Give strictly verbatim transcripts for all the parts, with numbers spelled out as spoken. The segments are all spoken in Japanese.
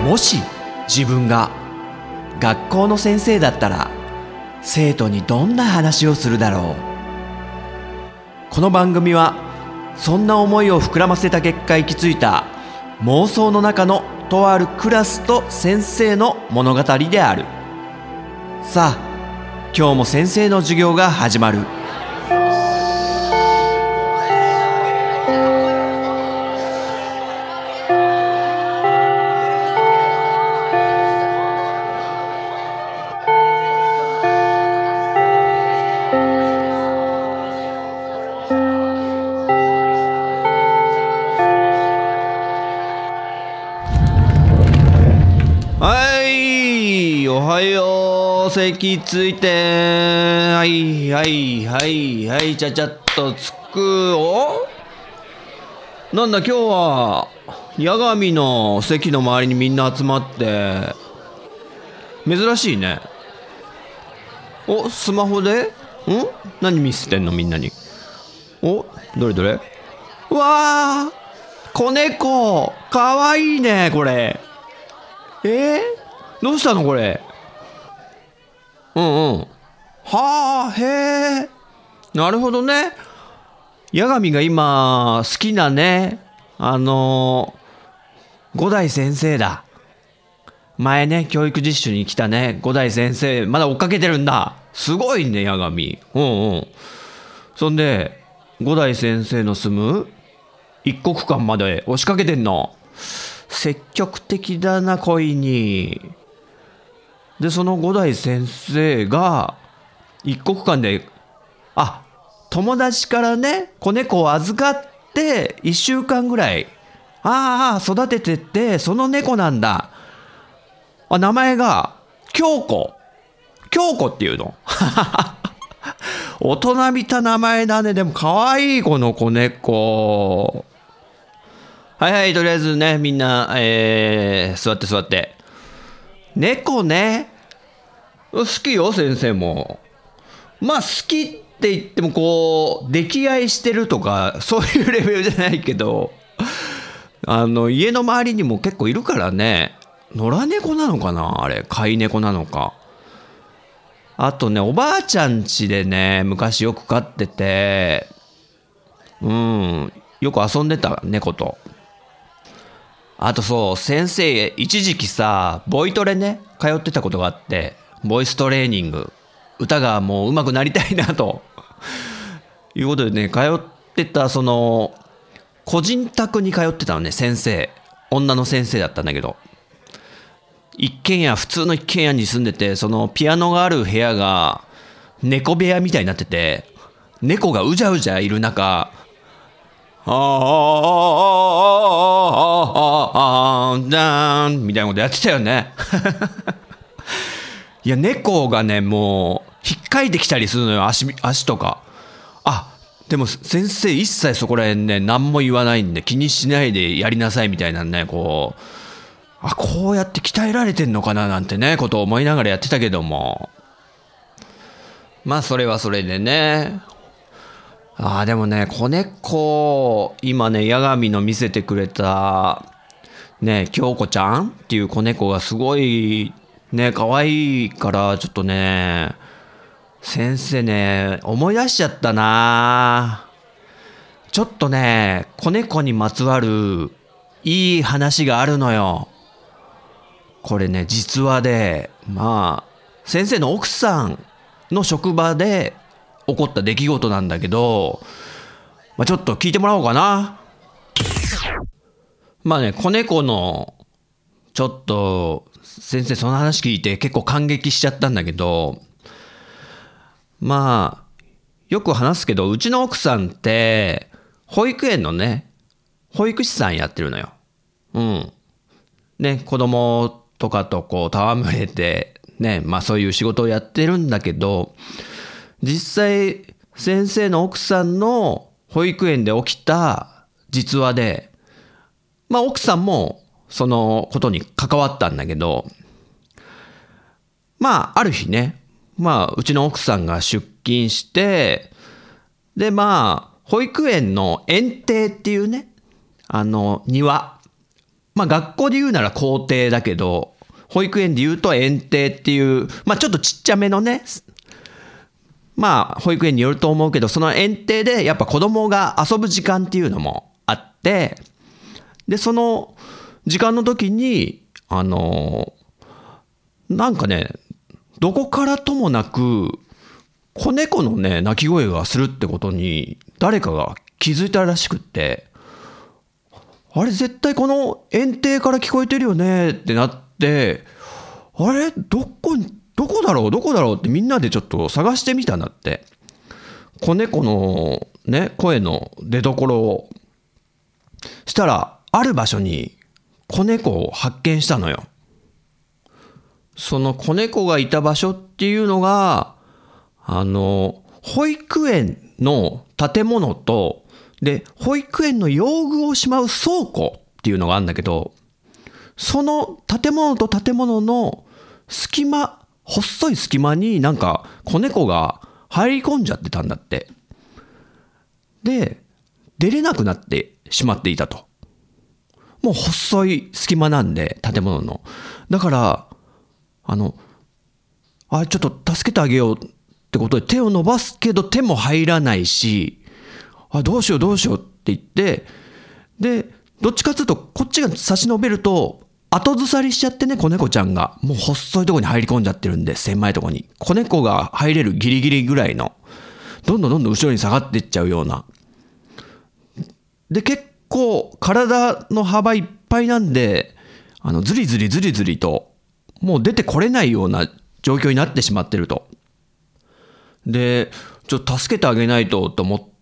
もし自分が学校の先生だったら生徒にどんな話をするだろう。この番組はそんな思いを膨らませた結果行き着いた妄想の中のとあるクラスと先生の物語である。さあ今日も先生の授業が始まる。はいおはよう、席ついて、はいはいはいはいちゃちゃっとつく。おなんだ今日は八神の席の周りにみんな集まって珍しいね。おスマホでん何見せてんのみんなに。おどれどれ。うわー子猫かわいいねこれ。えー、どうしたのこれ。うんうんはあへえなるほどね。八神が今好きなねあのー、五代先生だ。前ね教育実習に来たね五代先生まだ追っかけてるんだ。すごいね八神。うんうんそんで五代先生の住む一国間まで押しかけてんの。積極的だな恋に。でその五代先生が一国間であ友達からね子猫を預かっていっしゅうかんぐらいああ育ててってその猫なんだ。あ名前が京子。京子っていうの大人びた名前だね。でも可愛いこの子猫。はいはいとりあえずねみんな、えー、座って座って。猫ね好きよ先生も。まあ好きって言ってもこう溺愛してるとかそういうレベルじゃないけどあの家の周りにも結構いるからね。野良猫なのかなあれ飼い猫なのか。あとねおばあちゃん家でね昔よく飼っててうんよく遊んでた猫と。あとそう先生一時期さボイトレね通ってたことがあってボイストレーニング歌がもう上手くなりたいなということでね通ってたその個人宅に通ってたのね先生。女の先生だったんだけど一軒家普通の一軒家に住んでてそのピアノがある部屋が猫部屋みたいになってて猫がうじゃうじゃいる中あーあーあーあーあーあーあーみたいなことやってたよねいや猫がねもう引っかいてきたりするのよ 足, 足とか。あでも先生一切そこら辺ね何も言わないんで気にしないでやりなさいみたいなねこうあこうやって鍛えられてんのかななんてねことを思いながらやってたけどもまあそれはそれでね。あでもね子猫今ね八神の見せてくれたね京子ちゃんっていう子猫がすごいね可愛いからちょっとね先生ね思い出しちゃったな。ちょっとね子猫にまつわるいい話があるのよ。これね実話でまあ先生の奥さんの職場で起こった出来事なんだけど、まあ、ちょっと聞いてもらおうかな。まあね子猫のちょっと先生その話聞いて結構感激しちゃったんだけどまあよく話すけどうちの奥さんって保育園のね保育士さんやってるのよ。うんね子供とかとこう戯れてねまあそういう仕事をやってるんだけど実際先生の奥さんの保育園で起きた実話でまあ奥さんもそのことに関わったんだけどまあある日ねまあうちの奥さんが出勤してでまあ保育園の園庭っていうねあの庭まあ学校で言うなら校庭だけど、保育園で言うと園庭っていう、まあちょっとちっちゃめのね、まあ保育園によると思うけど、その園庭でやっぱ子供が遊ぶ時間っていうのもあって、でその時間の時にあのなんかね、どこからともなく子猫のね鳴き声がするってことに誰かが気づいたらしくって、あれ絶対この園庭から聞こえてるよねってなって、あれどこどこだろうどこだろうってみんなでちょっと探してみたんだって。子猫のね声の出所をしたら、ある場所に子猫を発見したのよ。その子猫がいた場所っていうのが、あの保育園の建物とで保育園の用具をしまう倉庫っていうのがあるんだけど、その建物と建物の隙間、細い隙間になんか子猫が入り込んじゃってたんだって。で出れなくなってしまっていたと。もう細い隙間なんで建物の、だからあのあちょっと助けてあげようってことで手を伸ばすけど手も入らないし、あどうしようどうしようって言って、でどっちかっていうとこっちが差し伸べると後ずさりしちゃってね、子猫ちゃんがもう細いとこに入り込んじゃってるんで、狭いとこに子猫が入れるギリギリぐらいの、どんどんどんどん後ろに下がっていっちゃうようなで、結構体の幅いっぱいなんで、あのずりずりずりずりともう出てこれないような状況になってしまってると。でちょっと助けてあげないとと思って、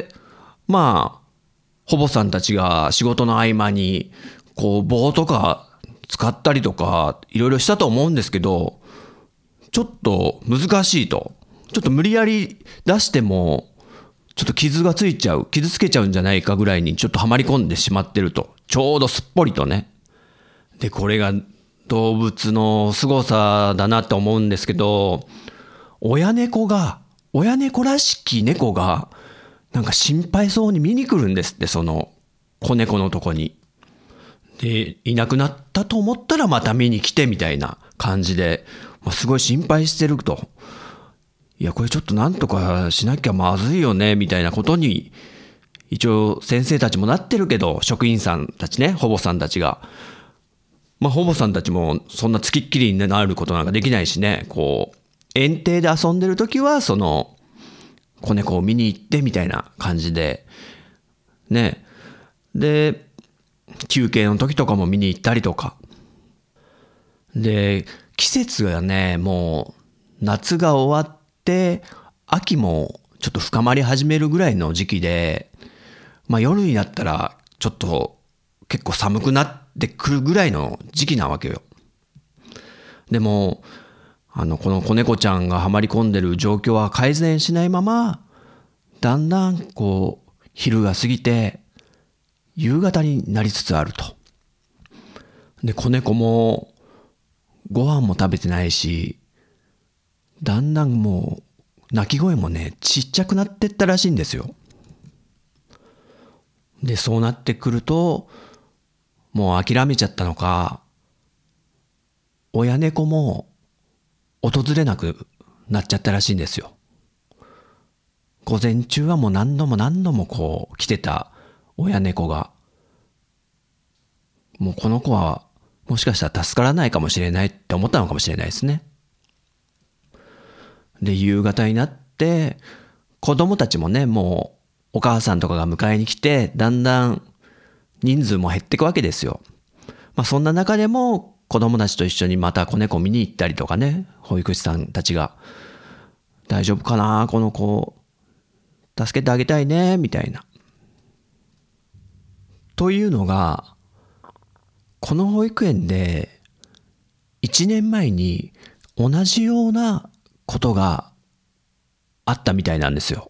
まあ保母さんたちが仕事の合間にこう棒とか使ったりとかいろいろしたと思うんですけど、ちょっと難しいと。ちょっと無理やり出してもちょっと傷がついちゃう、傷つけちゃうんじゃないかぐらいにちょっとはまり込んでしまってると。ちょうどすっぽりとね。でこれが動物の凄さだなって思うんですけど、親猫が親猫らしき猫がなんか心配そうに見に来るんですって、その子猫のとこに。でいなくなったと思ったらまた見に来てみたいな感じで、まあ、すごい心配してると。いやこれちょっとなんとかしなきゃまずいよねみたいなことに一応先生たちもなってるけど、職員さんたちね、保母さんたちが、まあ保母さんたちもそんなつきっきりになることなんかできないしね、こう園庭で遊んでる時はその子猫を見に行ってみたいな感じでね、で休憩の時とかも見に行ったりとかで、季節がねもう夏が終わって秋もちょっと深まり始めるぐらいの時期で、まあ夜になったらちょっと結構寒くなってくるぐらいの時期なわけよ。でもあのこの子猫ちゃんがはまり込んでる状況は改善しないまま、だんだんこう昼が過ぎて夕方になりつつあると。で子猫もご飯も食べてないし、だんだんもう鳴き声もねちっちゃくなってったらしいんですよ。でそうなってくるともう諦めちゃったのか、親猫も訪れなくなっちゃったらしいんですよ。午前中はもう何度も何度もこう来てた親猫が、もうこの子はもしかしたら助からないかもしれないって思ったのかもしれないですね。で夕方になって子供たちもねもうお母さんとかが迎えに来て、だんだん人数も減っていくわけですよ。まあそんな中でも子供たちと一緒にまた子猫見に行ったりとかね、保育士さんたちが大丈夫かなこの子助けてあげたいねみたいな。というのがこの保育園でいちねんまえに同じようなことがあったみたいなんですよ。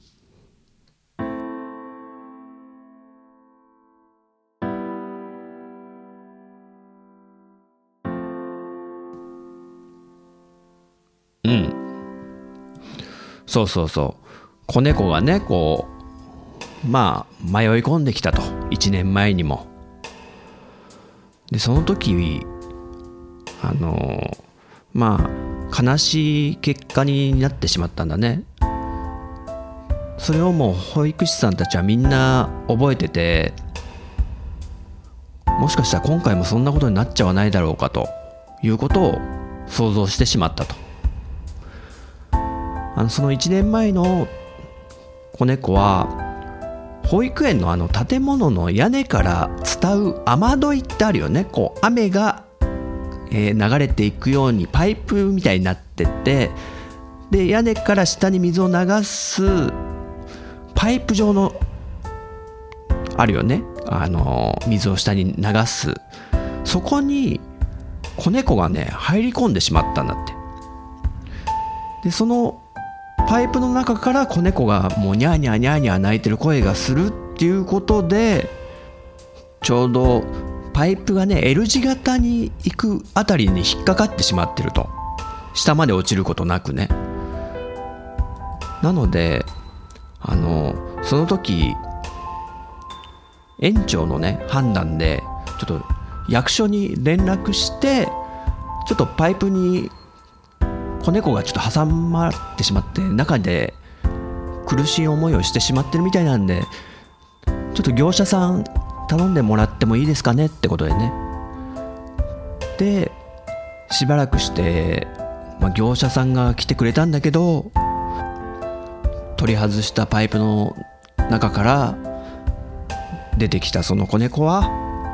うん。そうそうそう。子猫がね、こう、まあ、迷い込んできたと。いちねんまえにも。 でその時あのまあ悲しい結果になってしまったんだね。それをもう保育士さんたちはみんな覚えてて、もしかしたら今回もそんなことになっちゃわないだろうかということを想像してしまったと。あのそのいちねんまえの子猫は保育園のあの建物の屋根から伝う雨どいってあるよね。こう雨が、えー、流れていくようにパイプみたいになってて、で屋根から下に水を流すパイプ状のあるよね。あの水を下に流す、そこに子猫がね入り込んでしまったんだって。でそのパイプの中から子猫がもうニャーニャーニャーニャー鳴いてる声がするっていうことで、ちょうどパイプがね L 字型に行くあたりに引っかかってしまってると、下まで落ちることなくね。なのであのその時園長のね判断でちょっと役所に連絡して、ちょっとパイプに子猫がちょっと挟まってしまって中で苦しい思いをしてしまってるみたいなんで、ちょっと業者さん頼んでもらってもいいですかねってことでね。でしばらくして、まあ、業者さんが来てくれたんだけど、取り外したパイプの中から出てきたその子猫は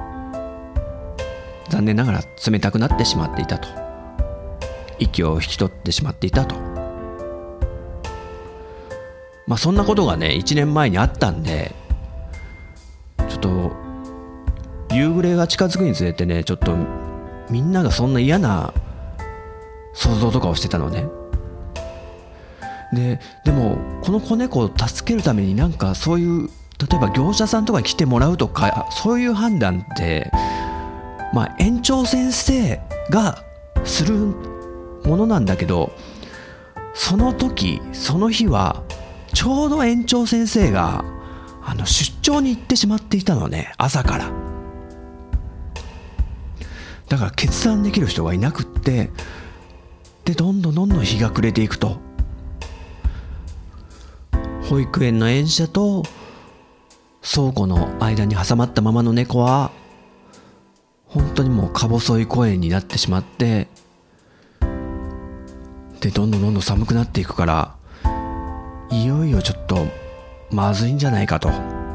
残念ながら冷たくなってしまっていたと、息を引き取ってしまっていたと。まあそんなことがねいちねんまえにあったんで、ちょっと夕暮れが近づくにつれてね、ちょっとみんながそんな嫌な想像とかをしてたのね。ででもこの子猫を助けるためになんかそういう、例えば業者さんとかに来てもらうとか、そういう判断ってまあ園長先生がするものなんだけど、その時その日はちょうど園長先生があの出張に行ってしまっていたのね、朝から。だから決断できる人がいなくって、でどんどんどんどん日が暮れていくと、保育園の園舎と倉庫の間に挟まったままの猫は本当にもうか細い声になってしまって、でどんどんどんどん寒くなっていくから、いよいよちょっとまずいんじゃないかと。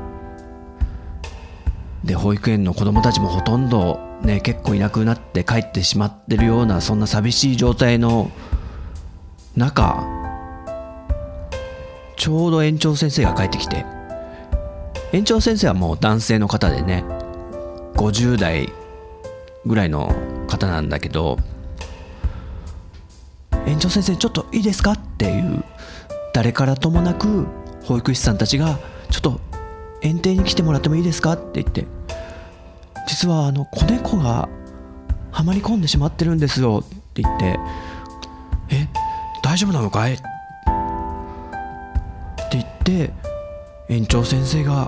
で保育園の子供たちもほとんどね結構いなくなって帰ってしまってるような、そんな寂しい状態の中、ちょうど園長先生が帰ってきて、園長先生はもう男性の方でねごじゅう代ぐらいの方なんだけど、園長先生ちょっといいですかっていう、誰からともなく保育士さんたちがちょっと園庭に来てもらってもいいですかって言って、実はあの子猫がはまり込んでしまってるんですよって言って、え大丈夫なのかいって言って、園長先生が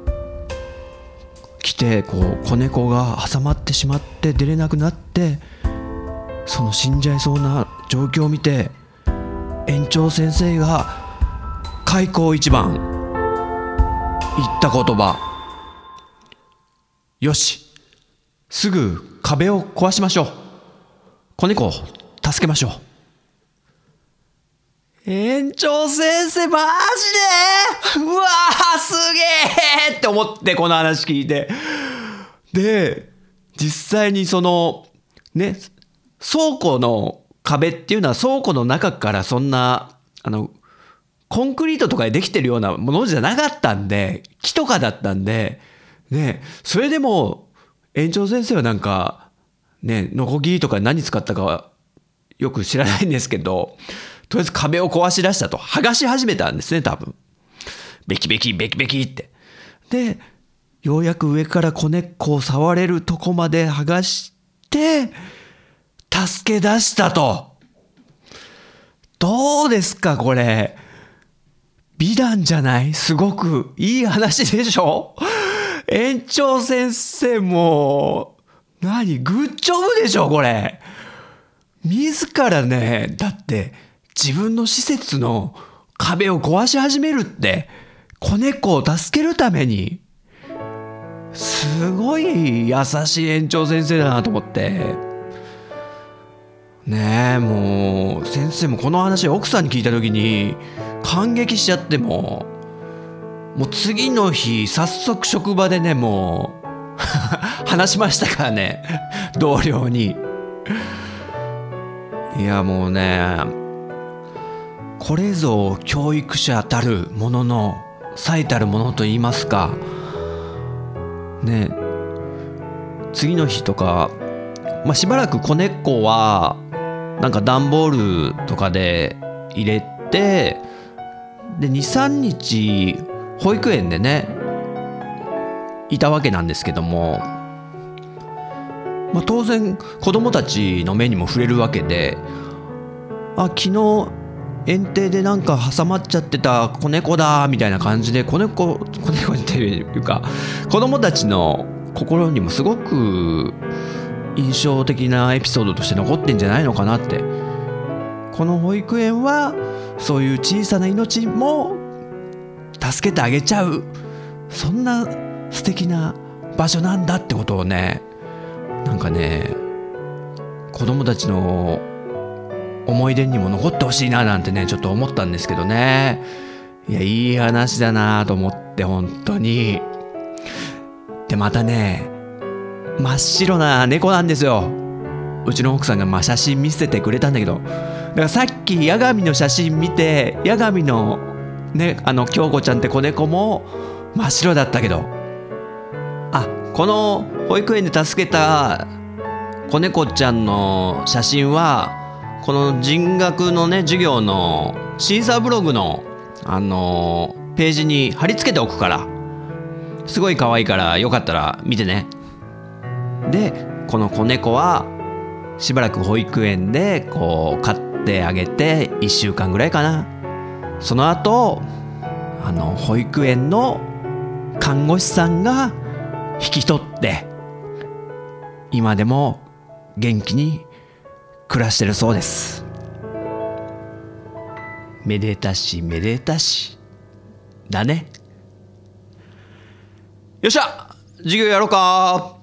来て、こう子猫が挟まってしまって出れなくなって、その死んじゃいそうな状況を見て、園長先生が開口一番言った言葉、よしすぐ壁を壊しましょう、子猫を助けましょう。園長先生マジでうわーすげーって思って、この話聞いて、で実際にそのね倉庫の壁っていうのは倉庫の中からそんなあのコンクリートとかでできてるようなものじゃなかったんで、木とかだったんでね、それでも園長先生はなんかねノコギリとか何使ったかはよく知らないんですけど、とりあえず壁を壊し出したと、剥がし始めたんですね多分。ベキベキベキベキって、でようやく上から子猫を触れるとこまで剥がして助け出したと。どうですかこれ、美談じゃない？すごくいい話でしょ。園長先生も何グッジョブでしょこれ。自らね、だって自分の施設の壁を壊し始めるって、子猫を助けるために。すごい優しい園長先生だなと思って。ねえ、もう先生もこの話奥さんに聞いた時に感激しちゃって、もうもう次の日早速職場でね、もう話しましたからね、同僚に。いやもうね、これぞ教育者たるものの最たるものと言いますかね。次の日とか、まあ、しばらく子猫はなんか段ボールとかで入れて、で にさんにち保育園でねいたわけなんですけども、まあ、当然子供たちの目にも触れるわけで、あ、昨日園庭でなんか挟まっちゃってた子猫だみたいな感じで、子猫子猫っていうか子供たちの心にもすごく印象的なエピソードとして残ってんじゃないのかなって。この保育園はそういう小さな命も助けてあげちゃう、そんな素敵な場所なんだってことをね、なんかね、子供たちの思い出にも残ってほしいななんてね、ちょっと思ったんですけどね。いや、いい話だなと思って、本当に。でまたね、真っ白な猫なんですよ。うちの奥さんがまあ写真見せてくれたんだけど、だからさっき八神の写真見て、八神のね、あの京子ちゃんって子猫も真っ白だったけど、あ、この保育園で助けた子猫ちゃんの写真はこの人学のね授業のシーサーブログのあのページに貼り付けておくから、すごい可愛いからよかったら見てね。でこの子猫はしばらく保育園でこう飼ってあげていっしゅうかんぐらいかな。その後あの保育園の看護師さんが引き取って今でも元気に暮らしてるそうです。めでたしめでたしだね。よっしゃ、授業やろうか。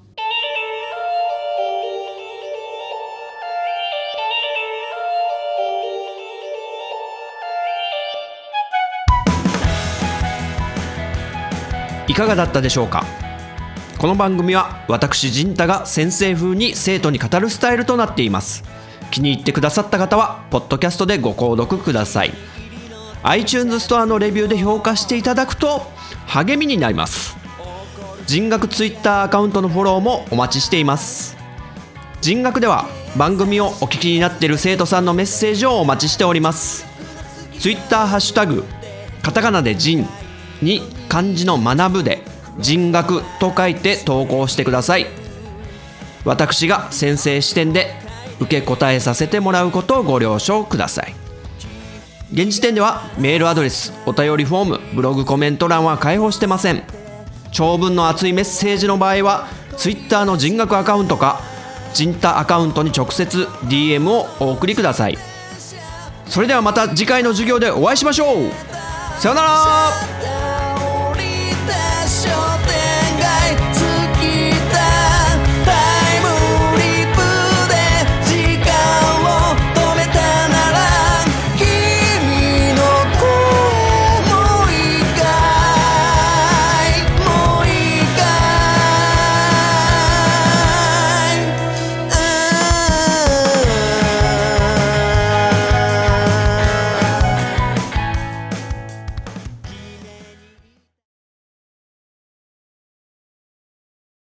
いかがだったでしょうか。この番組は私陣太が先生風に生徒に語るスタイルとなっています。気に入ってくださった方はポッドキャストでご購読ください。 iTunes ストアのレビューで評価していただくと励みになります。人学 Twitter アカウントのフォローもお待ちしています。人学では番組をお聞きになっている生徒さんのメッセージをお待ちしております。 Twitter ハッシュタグカタカナで人に漢字の学ぶで人学と書いて投稿してください。私が先生視点で受け答えさせてもらうことをご了承ください。現時点ではメールアドレス、お便りフォーム、ブログコメント欄は開放してません。長文の熱いメッセージの場合は Twitter の人学アカウントか人太アカウントに直接 ディーエム をお送りください。それではまた次回の授業でお会いしましょう。さよなら。